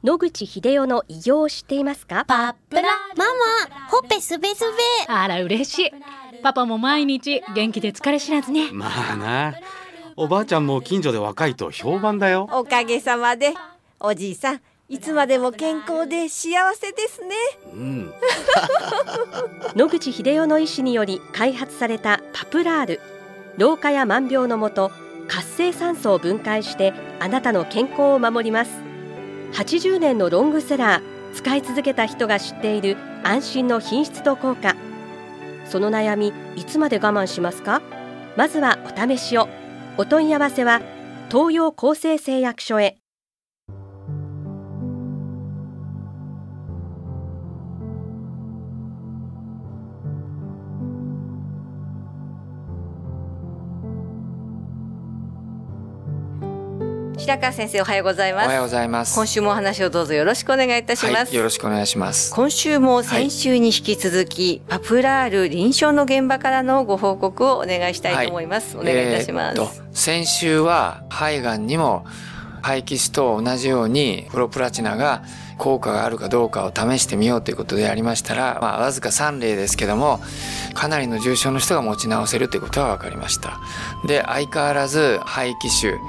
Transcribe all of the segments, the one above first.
野口英世の偉業を知っていますか？ パプラママ、ほっぺすべすべ。 あら嬉しい。パパも毎日元気で疲れ知らずね。 まあな、おばあちゃんも近所で若いと評判だよ。 おかげさまで。おじいさん、いつまでも健康で幸せですね。 野口英世の医師により開発されたパプラール。老化や万病のもと、活性酸素を分解してあなたの健康を守ります。80年のロングセラー、使い続けた人が知っている安心の品質と効果。その悩み、いつまで我慢しますか？まずはお試しを。お問い合わせは東洋厚生製薬所へ。 白川先生、おはようございます。 おはようございます。 今週もお話をどうぞよろしくお願いいたします。 はい、よろしくお願いします。 今週も先週に引き続き、パプラール臨床の現場からのご報告をお願いしたいと思います。お願いいたします。 先週は肺がんにも肺気腫と同じようにプロプラチナが効果があるかどうかを試してみようということでやりましたら、わずか3例ですけども、かなりの重症の人が持ち直せるということが分かりました。で、相変わらず肺気腫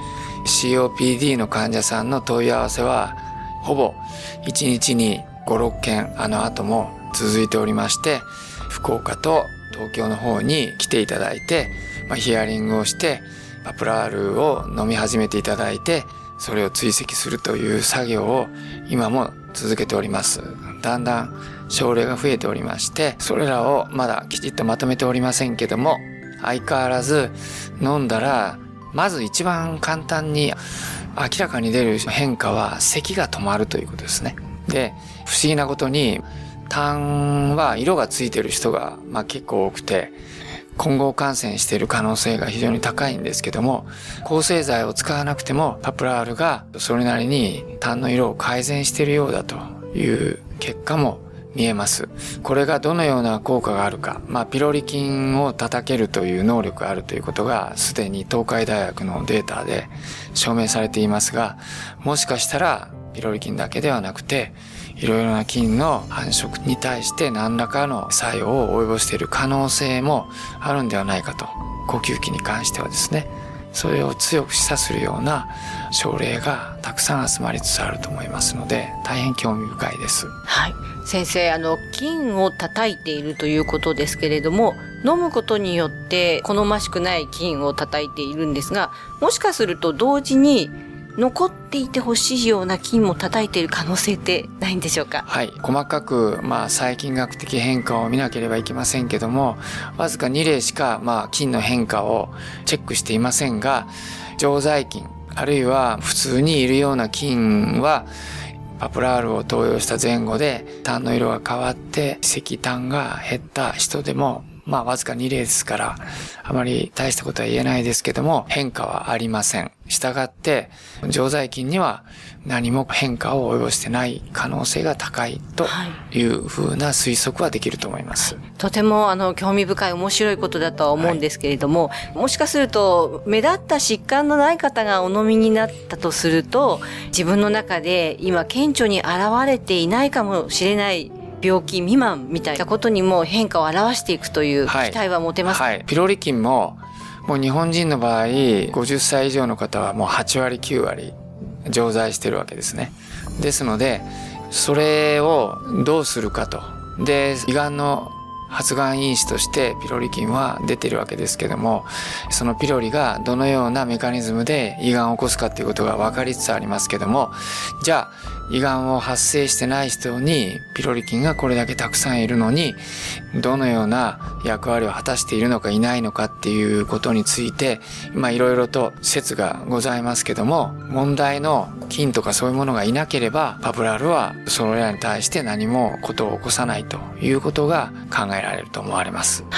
COPD の患者さんの問い合わせはほぼ1日に 5,6 件後も続いておりまして、福岡と東京の方に来ていただいて、ヒアリングをしてパプラールを飲み始めていただいて、それを追跡するという作業を今も続けております。だんだん症例が増えておりまして、それらをまだきちっとまとめておりませんけども、相変わらず飲んだらまず一番簡単に明らかに出る変化は咳が止まるということですね。で、不思議なことに痰は色がついている人が結構多くて、混合感染している可能性が非常に高いんですけども、抗生剤を使わなくてもパプラールがそれなりに痰の色を改善しているようだという結果も見えます。これがどのような効果があるか、ピロリ菌を叩けるという能力があるということがすでに東海大学のデータで証明されていますが、もしかしたらピロリ菌だけではなくて、いろいろな菌の繁殖に対して何らかの作用を及ぼしている可能性もあるんではないかと。呼吸器に関してはですね、それを強く示唆するような症例がたくさん集まりつつあると思いますので、大変興味深いです。 はい、先生、菌を叩いているということですけれども、飲むことによって好ましくない菌を叩いているんですが、もしかすると同時に残っていてほしいような菌も叩いている可能性ってないんでしょうか？ はい、細かく細菌学的変化を見なければいけませんけども、わずか2例しか菌の変化をチェックしていませんが、常在菌あるいは普通にいるような菌はパプラールを投与した前後で痰の色が変わって咳痰が減った人でも、わずか2例ですからあまり大したことは言えないですけども、変化はありません。したがって常在菌には何も変化を及ぼしてない可能性が高いというふうな推測はできると思います。 とても興味深い面白いことだとは思うんですけれども、もしかすると目立った疾患のない方がお飲みになったとすると、自分の中で今顕著に現れていないかもしれない病気未満みたいなことにも変化を表していくという期待は持てますか？ ピロリ菌もう日本人の場合50歳以上の方はもう8割9割常在してるわけですね。ですのでそれをどうするかと。で、胃がんの発がん因子としてピロリ菌は出ているわけですけども、そのピロリがどのようなメカニズムで胃がんを起こすかということが分かりつつありますけども、じゃあ胃がんを発生してない人にピロリ菌がこれだけたくさんいるのにどのような役割を果たしているのかいないのかっていうことについていろいろと説がございますけども、問題の菌とかそういうものがいなければパプラールはそれらに対して何もことを起こさないということが考えられると思われます。 はい、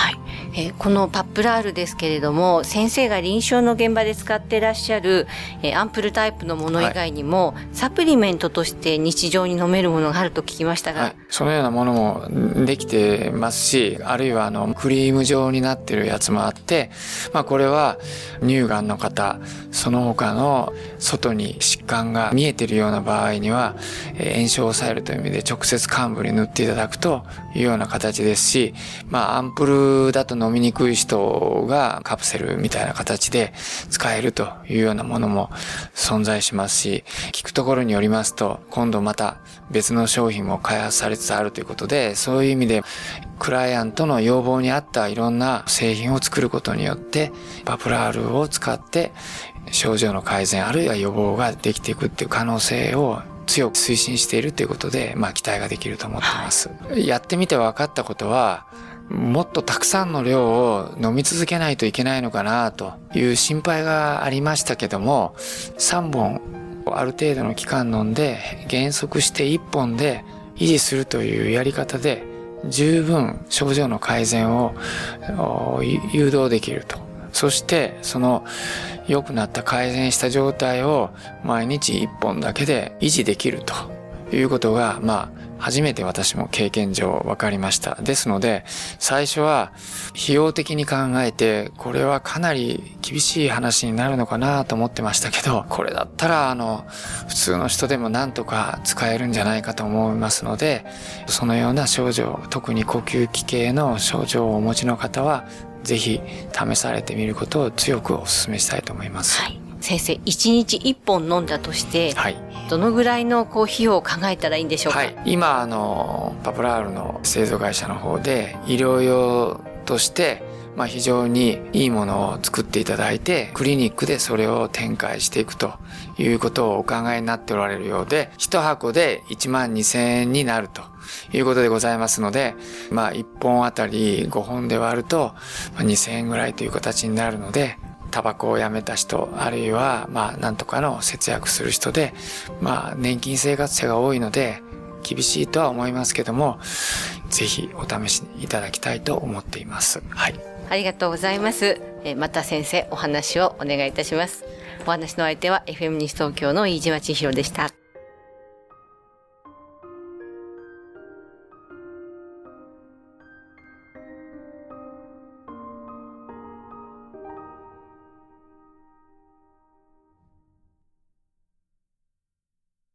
このパプラールですけれども、先生が臨床の現場で使ってらっしゃる、アンプルタイプのもの以外にも、サプリメントとして日常に飲めるものがあると聞きましたが、 そのようなものもできてますし、あるいはクリーム状になってるやつもあって、これは乳がんの方、その他の外に疾患が見えているような場合には、炎症を抑えるという意味で直接患部に塗っていただくというような形ですし、アンプルだと飲みにくい人がカプセルみたいな形で使えるというようなものも存在しますし、聞くところによりますと、今度また別の商品も開発されつつあるということで、そういう意味でクライアントの要望に合ったいろんな製品を作ることによって、パプラールを使って症状の改善あるいは予防ができていくっていう可能性を強く推進しているということで、期待ができると思っています。やってみて分かったことは、もっとたくさんの量を飲み続けないといけないのかなという心配がありましたけども、3本ある程度の期間飲んで減速して1本で維持するというやり方で十分症状の改善を誘導できると。そしてその良くなった改善した状態を毎日1本だけで維持できるということが初めて私も経験上分かりました。ですので最初は費用的に考えてこれはかなり厳しい話になるのかなと思ってましたけど、これだったら普通の人でもなんとか使えるんじゃないかと思いますので、そのような症状、特に呼吸器系の症状をお持ちの方はぜひ試されてみることを強くお勧めしたいと思います。 先生、1日1本飲んだとして、どのぐらいの費用を考えたらいいんでしょうか。 今パプラールの製造会社の方で医療用として非常にいいものを作っていただいて、クリニックでそれを展開していくということをお考えになっておられるようで、1箱で12,000円になるということでございますので、1本あたり5本で割ると2,000円ぐらいという形になるので、タバコをやめた人、あるいはなんとかの節約する人で、年金生活者が多いので厳しいとは思いますけども、ぜひお試しいただきたいと思っています。 ありがとうございます。また先生、お話をお願いいたします。お話の相手は FM 西東京の飯島千尋でした。